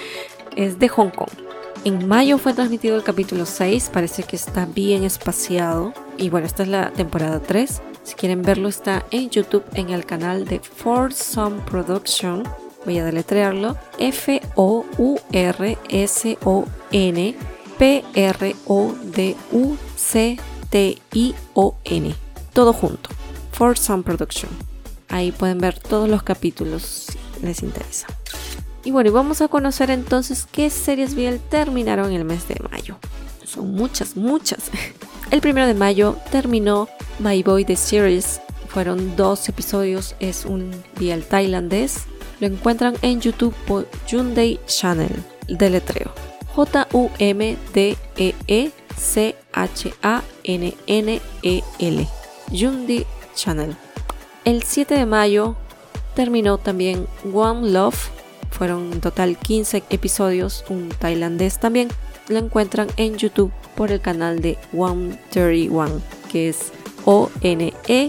S2: es de Hong Kong. En mayo fue transmitido el capítulo seis, parece que está bien espaciado. Y bueno, esta es la temporada tres. Si quieren verlo, está en YouTube en el canal de Foursome Production. Voy a deletrearlo. F O U R S O N P R O D U C T I O N. Todo junto. Foursome Production. Ahí pueden ver todos los capítulos si les interesa. Y bueno, y vamos a conocer entonces qué series biel terminaron en el mes de mayo. Son muchas, muchas. El primero de mayo terminó My Boy The Series. Fueron dos episodios, es un biel tailandés. Lo encuentran en YouTube por Jumdee Channel, deletreo. J U M D E E C H A N N E L. Jumdee Channel. El siete de mayo terminó también One Love. Fueron en total quince episodios, un tailandés también. Lo encuentran en YouTube por el canal de one thirty-one, que es O N E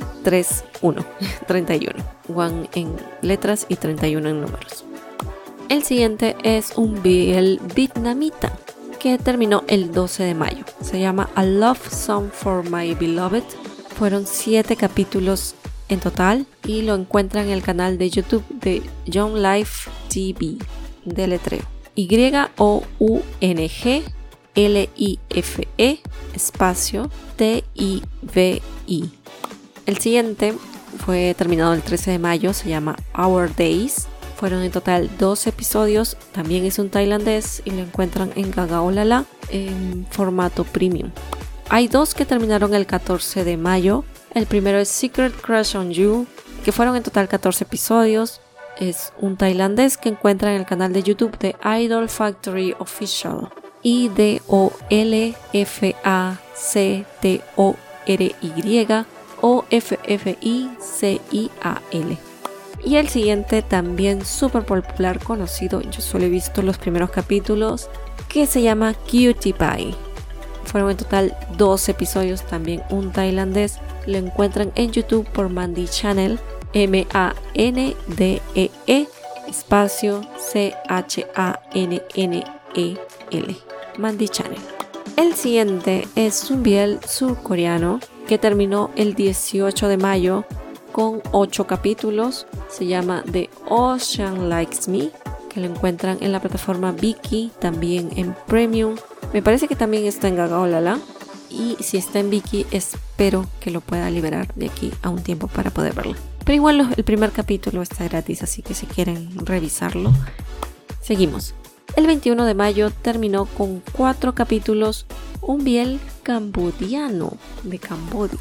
S2: treinta y uno. One en letras y treinta y uno en números. El siguiente es un biel vietnamita que terminó el doce de mayo. Se llama A Love Song for My Beloved. Fueron siete capítulos en total y lo encuentran en el canal de YouTube de Young Life T V, deletreo. Y O U N G L I F E espacio T I V I. El siguiente fue terminado el trece de mayo, se llama Our Days. Fueron en total doce episodios, también es un tailandés y lo encuentran en Gagaolala en formato premium. Hay dos que terminaron el catorce de mayo. El primero es Secret Crush on You, que fueron en total catorce episodios. Es un tailandés que encuentran en el canal de YouTube de Idol Factory Official. I D O L F A C T O R Y O F F I C I A L. Y el siguiente también súper popular, conocido, yo solo he visto los primeros capítulos, que se llama Cutie Pie. Fueron en total doce episodios, también un tailandés. Lo encuentran en YouTube por Mandy Channel, M A N D E E espacio C H A N N E L. Mandy Channel. El siguiente es un biel surcoreano que terminó el dieciocho de mayo con ocho capítulos. Se llama The Ocean Likes Me, que lo encuentran en la plataforma Viki, también en Premium. Me parece que también está en Gagaolala. Y si está en Viki, espero que lo pueda liberar de aquí a un tiempo para poder verlo. Pero igual lo, el primer capítulo está gratis, así que si quieren revisarlo. Seguimos. El veintiuno de mayo terminó con cuatro capítulos un biel cambodiano de Camboya.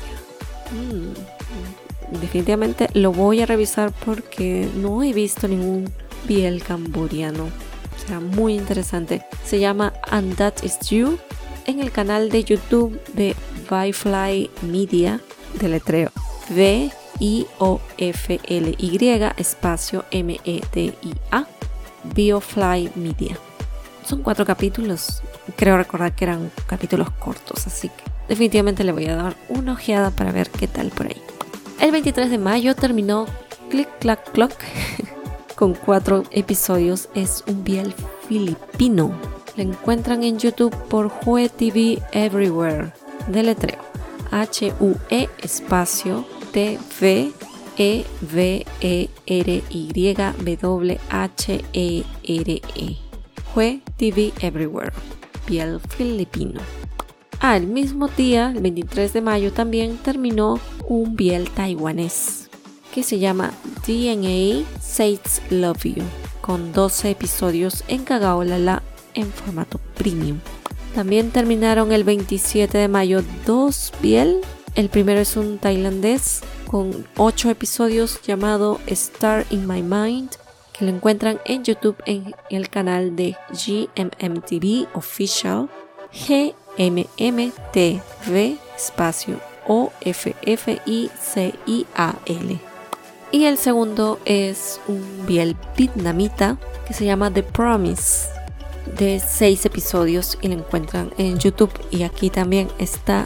S2: Mm, definitivamente lo voy a revisar porque no he visto ningún biel cambodiano. Será muy interesante. Se llama And That Is You en el canal de YouTube de Viofly Media, deletreo V I O F L Y espacio M E D I A. Viofly Media. son cuatro capítulos. Creo recordar que eran capítulos cortos, así que definitivamente le voy a dar una ojeada para ver qué tal por ahí. El veintitrés de mayo terminó Click Clack Clock con cuatro episodios. Es un biel filipino. Lo encuentran en YouTube por Hue T V Everywhere. Deletreo H U E espacio T V E V E R Y W H E R E. Hue T V Everywhere. Biel filipino. Ah, el mismo día, el veintitrés de mayo, también terminó un biel taiwanés que se llama D N A Says Love You, con doce episodios en Kagaolala en formato premium. También terminaron el veintisiete de mayo dos biel. El primero es un tailandés con ocho episodios llamado Star in My Mind, que lo encuentran en YouTube en el canal de G M M T V Official, G M M T V espacio O F F I C I A L. Y el segundo es un biel vietnamita que se llama The Promise, de seis episodios, y lo encuentran en YouTube. Y aquí también está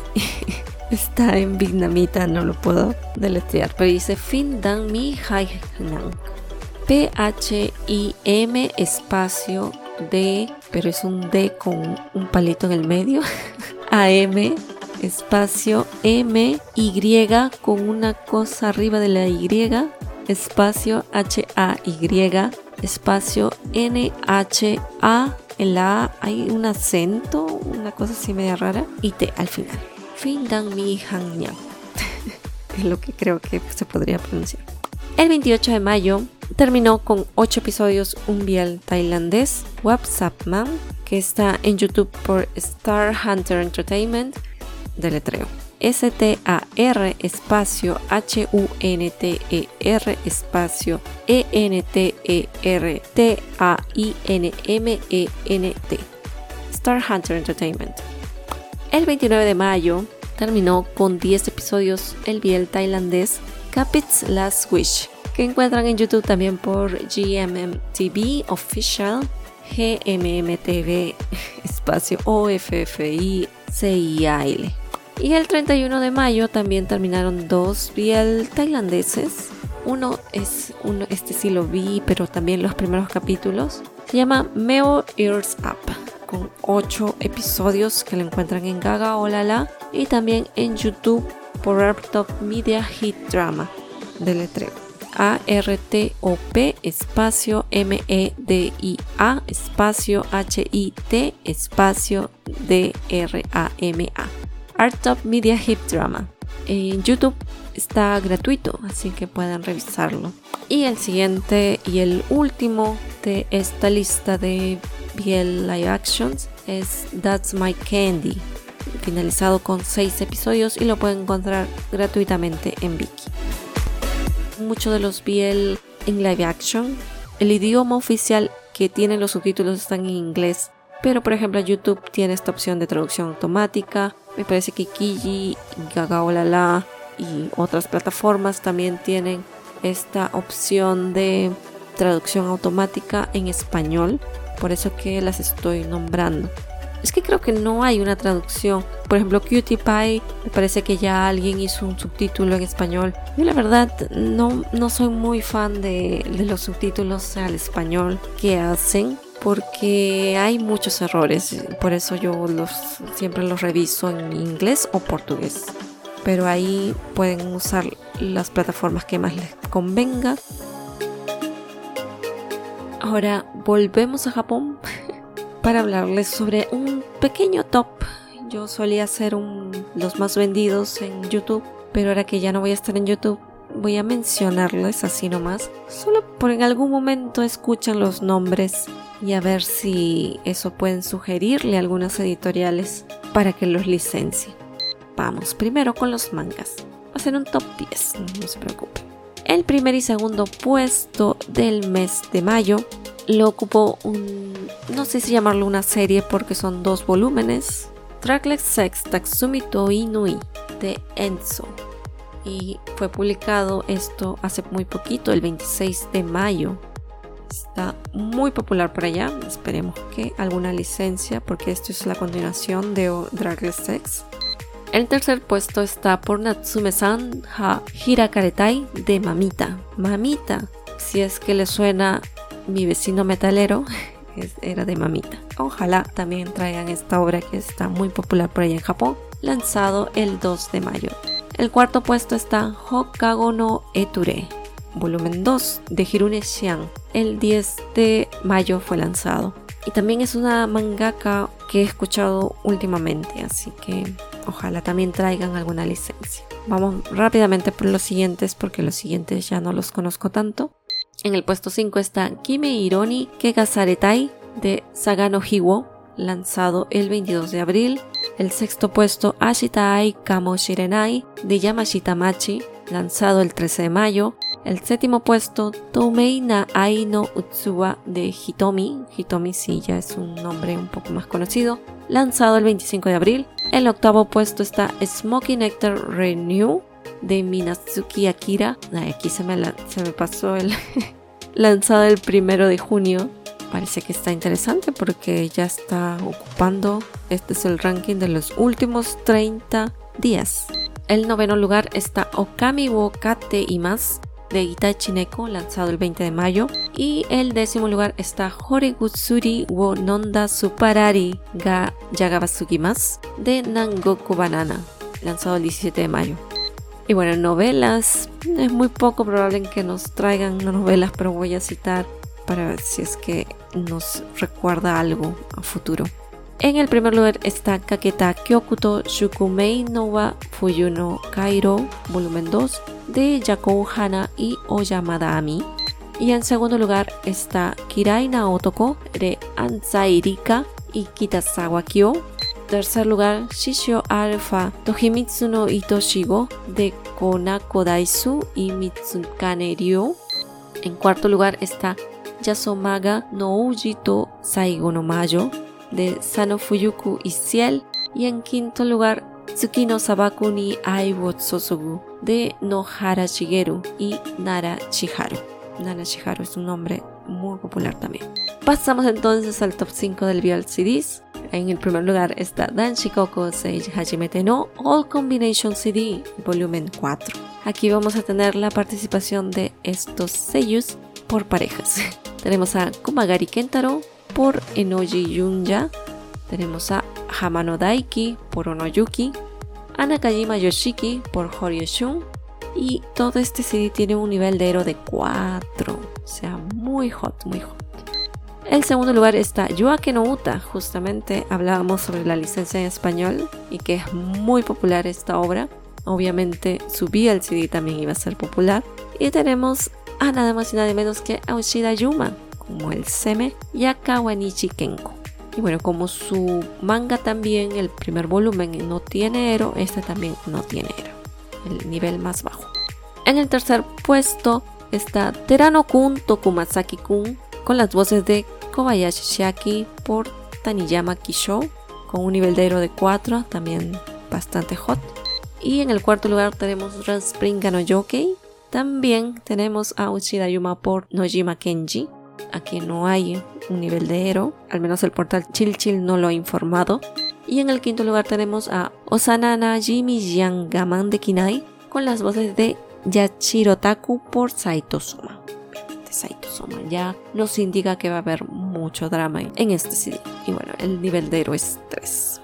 S2: está en vietnamita, no lo puedo deletrear, pero dice Phin Dang Mi Hai Nang, P H I M espacio D, pero es un D con un palito en el medio, A M espacio M Y con una cosa arriba de la Y, espacio H A Y espacio N H A. En la A hay un acento, una cosa así media rara, y T al final. Phin Dang Mi Han Nyang es lo que creo que se podría pronunciar. El veintiocho de mayo terminó con ocho episodios un biel tailandés, WhatsApp Man, que está en YouTube por Star Hunter Entertainment. Deletreo S T A R espacio H U N T E R espacio E N T E R T A I N M E N T. Star Hunter Entertainment. El veintinueve de mayo terminó con diez episodios el biel tailandés Cupid's Last Wish, que encuentran en YouTube también por G M M T V Official, G M M T V espacio O F F I C I A L. Y el treinta y uno de mayo también terminaron dos biel tailandeses. Uno es, uno, este sí lo vi, pero también los primeros capítulos. Se llama Meo Ears Up, con ocho episodios que lo encuentran en Kagaolala y también en YouTube por Artop Media Hit Drama. Deletreo A R T O P espacio M E D I A espacio H I T espacio D R A M A. Artop Media Hip Drama. En YouTube está gratuito, así que pueden revisarlo. Y el siguiente y el último de esta lista de biel live actions es That's My Candy, finalizado con seis episodios, y lo pueden encontrar gratuitamente en Viki. Muchos de los biel en live action, el idioma oficial que tienen los subtítulos están en inglés, pero por ejemplo YouTube tiene esta opción de traducción automática. Me parece que Kiji, Kagaolala y otras plataformas también tienen esta opción de traducción automática en español, por eso que las estoy nombrando. Es que creo que no hay una traducción. Por ejemplo, Cutie Pie, me parece que ya alguien hizo un subtítulo en español. Yo la verdad no, no soy muy fan de, de los subtítulos al español que hacen, porque hay muchos errores. Por eso yo los, siempre los reviso en inglés o portugués. Pero ahí pueden usar las plataformas que más les convenga. Ahora volvemos a Japón para hablarles sobre un pequeño top. Yo solía hacer un, los más vendidos en YouTube, pero ahora que ya no voy a estar en YouTube, voy a mencionarles así nomás, solo por en algún momento escuchan los nombres y a ver si eso pueden sugerirle a algunas editoriales para que los licencie. Vamos primero con los mangas. Va a ser un top diez, no se preocupen. El primer y segundo puesto del mes de mayo lo ocupó un, no sé si llamarlo una serie porque son dos volúmenes, Trackless Sex Tatsumi to Inui de Enzo, y fue publicado esto hace muy poquito, el veintiséis de mayo. Está muy popular por allá. Esperemos que alguna licencia, porque esto es la continuación de Drag Race X. El tercer puesto está por Natsume-san ha Hirakaretai de Mamita. Mamita, si es que le suena Mi vecino metalero, era de Mamita. Ojalá también traigan esta obra que está muy popular por allá en Japón, lanzado el dos de mayo. El cuarto puesto está Hokago no Eture, volumen dos de Hirune Xian. El diez de mayo fue lanzado. Y también es una mangaka que he escuchado últimamente, así que ojalá también traigan alguna licencia. Vamos rápidamente por los siguientes, porque los siguientes ya no los conozco tanto. En el puesto cinco está Kime Ironi Kegasaretai de Sagano Hiwo, lanzado el veintidós de abril. El sexto puesto, Ashita Ai Kamoshirenai de Yamashita Machi, lanzado el trece de mayo. El séptimo puesto, Toumei na Ai no Utsuwa de Hitomi. Hitomi sí ya es un nombre un poco más conocido, lanzado el veinticinco de abril. El octavo puesto está Smoky Nectar Renew de Minazuki Akira. Ay, aquí se me, la, se me pasó el lanzado el primero de junio. Parece que está interesante porque ya está ocupando, este es el ranking de los últimos treinta días. El noveno lugar está Okami wo Kate Imasu de Itachi Neko, lanzado el veinte de mayo. Y el décimo lugar está Horegutsuri wo Nonda Suparari ga Yagabasugimasu de Nangoku Banana, lanzado el diecisiete de mayo. Y bueno, novelas, es muy poco probable que nos traigan novelas, pero voy a citar para ver si es que nos recuerda algo a futuro. En el primer lugar está Kaketa Kyokuto Shukumei no wa Fuyu no Kairo, volumen dos de Yakou Hana y Oyamada Ami. Y en segundo lugar está Kirai na Otoko de Anzai Rika y Kitasawa Kyo. Tercer lugar, Shishio Alpha Tohimitsu no Itoshigo de Konako Daisu y Mitsukane Ryo. En cuarto lugar está Yasomaga no Uji to Saigo no Mayo de Sano Fuyuku y Ciel. Y en quinto lugar, Tsuki no Sabaku ni Ai wo Tsosogu de Nohara Shigeru y Nara Chiharu. Nara Chiharu es un nombre muy popular también. Pasamos entonces al top cinco del V L C Ds. En el primer lugar está Danshikoko Seiji Hajimete no All Combination C D, volumen cuatro. Aquí vamos a tener la participación de estos seiyus por parejas. Tenemos a Kumagari Kentaro por Enoji Yunya. Tenemos a Hamano Daiki por Onoyuki. A Nakajima Yoshiki por Horyo-shun. Y todo este C D tiene un nivel de Ero de cuatro. O sea, muy hot, muy hot. El segundo lugar está Yuake no Uta. Justamente hablábamos sobre la licencia en español y que es muy popular esta obra. Obviamente su V L C D también iba a ser popular. Y tenemos a nada más y nada menos que a Ushida Yuma como el Seme Yakawanichi Kenko. Y bueno, como su manga también, el primer volumen no tiene Ero, este también no tiene Ero, el nivel más bajo. En el tercer puesto está Terano-kun Tokumasaki-kun con las voces de Kobayashi Shiaki por Taniyama Kisho, con un nivel de Ero de cuatro, también bastante hot. Y en el cuarto lugar tenemos Ranspringa no Youkei. También tenemos a Ushida Yuma por Nojima Kenji. Aquí no hay un nivel de Ero, al menos el portal Chill Chill no lo ha informado. Y en el quinto lugar tenemos a Osanana Jimi Jian Gaman de Kinai con las voces de Yachiro Taku por Saito Soma. Saito Soma ya nos indica que va a haber mucho drama en este C D. Y bueno, el nivel de Ero es tres.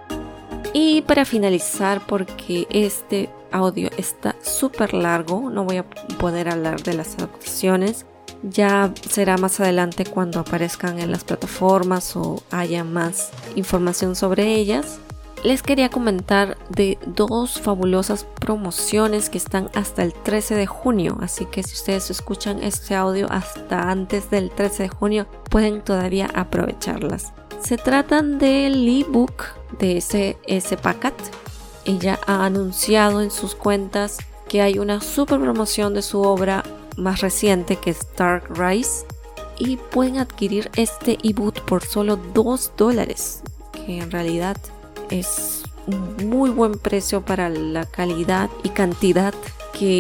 S2: Y para finalizar, porque este audio está súper largo, no voy a poder hablar de las adaptaciones. Ya será más adelante cuando aparezcan en las plataformas o haya más información sobre ellas. Les quería comentar de dos fabulosas promociones que están hasta el trece de junio, así que si ustedes escuchan este audio hasta antes del trece de junio pueden todavía aprovecharlas. Se tratan del ebook de S S Pacat. Ella ha anunciado en sus cuentas que hay una super promoción de su obra más reciente, que es Dark Rise, y pueden adquirir este ebook por solo dos dólares, que en realidad es un muy buen precio para la calidad y cantidad que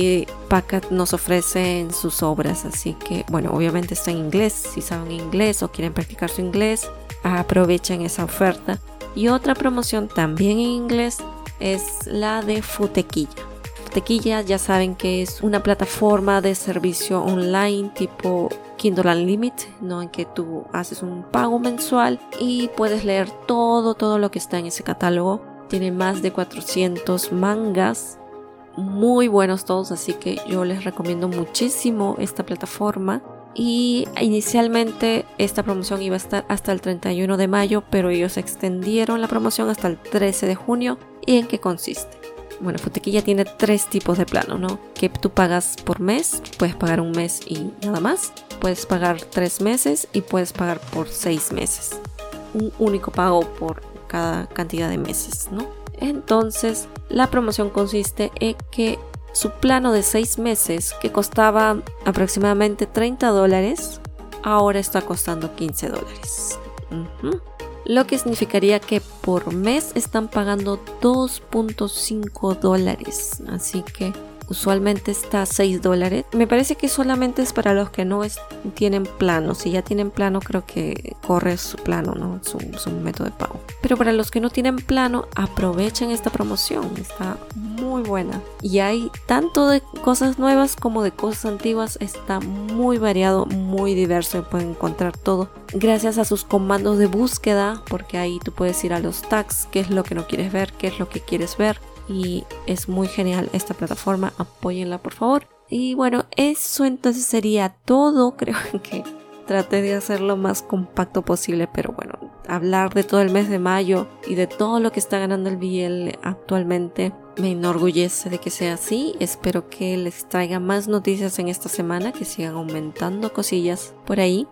S2: Packard nos ofrece en sus obras. Así que, bueno, obviamente está en inglés. Si saben inglés o quieren practicar su inglés, aprovechen esa oferta. Y otra promoción también en inglés es la de Futequilla. Futequilla ya saben que es una plataforma de servicio online tipo Kindle Unlimited, ¿no? En que tú haces un pago mensual y puedes leer todo, todo lo que está en ese catálogo. Tiene más de cuatrocientos mangas, muy buenos todos, así que yo les recomiendo muchísimo esta plataforma. Y inicialmente esta promoción iba a estar hasta el treinta y uno de mayo, pero ellos extendieron la promoción hasta el trece de junio. ¿Y en qué consiste? Bueno, Futequilla tiene tres tipos de plano, ¿no? Que tú pagas por mes, puedes pagar un mes y nada más. Puedes pagar tres meses y puedes pagar por seis meses. Un único pago por cada cantidad de meses, ¿no? Entonces, la promoción consiste en que su plano de seis meses, que costaba aproximadamente treinta dólares, ahora está costando quince dólares. Uh-huh. Lo que significaría que por mes están pagando dos punto cinco dólares. Así que usualmente está a seis dólares. Me parece que solamente es para los que no es, tienen plano. Si ya tienen plano, creo que corre su plano, ¿no? Su, su método de pago. Pero para los que no tienen plano, aprovechen esta promoción. Está muy buena. Y hay tanto de cosas nuevas como de cosas antiguas. Está muy variado, muy diverso. Y pueden encontrar todo gracias a sus comandos de búsqueda. Porque ahí tú puedes ir a los tags. Qué es lo que no quieres ver, qué es lo que quieres ver. Y es muy genial esta plataforma, apóyenla por favor. Y bueno, eso entonces sería todo. Creo que traté de hacerlo lo más compacto posible, pero bueno, hablar de todo el mes de mayo y de todo lo que está ganando el B L actualmente me enorgullece de que sea así. Espero que les traiga más noticias en esta semana, que sigan aumentando cosillas por ahí.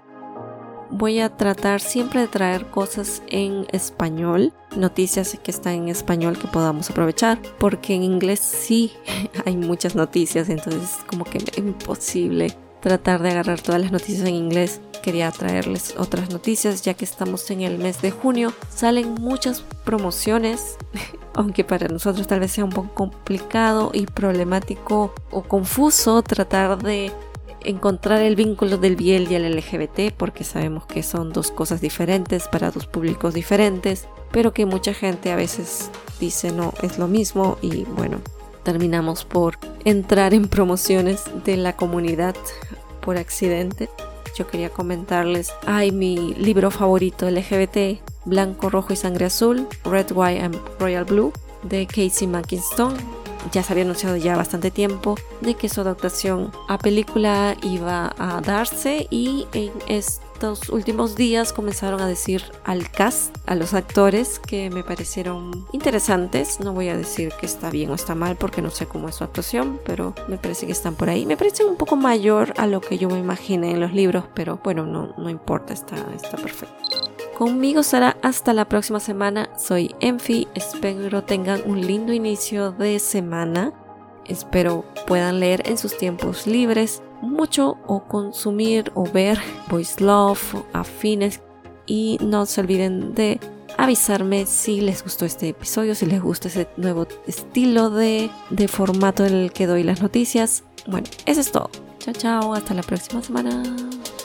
S2: Voy a tratar siempre de traer cosas en español, noticias que están en español que podamos aprovechar, porque en inglés sí hay muchas noticias, entonces es como que es imposible tratar de agarrar todas las noticias en inglés. Quería traerles otras noticias ya que estamos en el mes de junio, salen muchas promociones, aunque para nosotros tal vez sea un poco complicado y problemático o confuso tratar de encontrar el vínculo del B L y el L G B T, porque sabemos que son dos cosas diferentes para dos públicos diferentes, pero que mucha gente a veces dice no, es lo mismo, y bueno, terminamos por entrar en promociones de la comunidad por accidente. Yo quería comentarles, hay mi libro favorito L G B T, Blanco, Rojo y Sangre Azul, Red, White and Royal Blue, de Casey McKinston. Ya se había anunciado ya bastante tiempo de que su adaptación a película iba a darse, y en estos últimos días comenzaron a decir al cast, a los actores, que me parecieron interesantes. No voy a decir que está bien o está mal porque no sé cómo es su actuación, pero me parece que están por ahí. Me parece un poco mayor a lo que yo me imaginé en los libros, pero bueno, no, no importa, está, está perfecto. Conmigo será hasta la próxima semana. Soy Enfi, espero tengan un lindo inicio de semana. Espero puedan leer en sus tiempos libres mucho, o consumir o ver Boys Love, afines, y no se olviden de avisarme si les gustó este episodio, si les gusta ese nuevo estilo de, de formato en el que doy las noticias. Bueno, eso es todo. Chao, chao, hasta la próxima semana.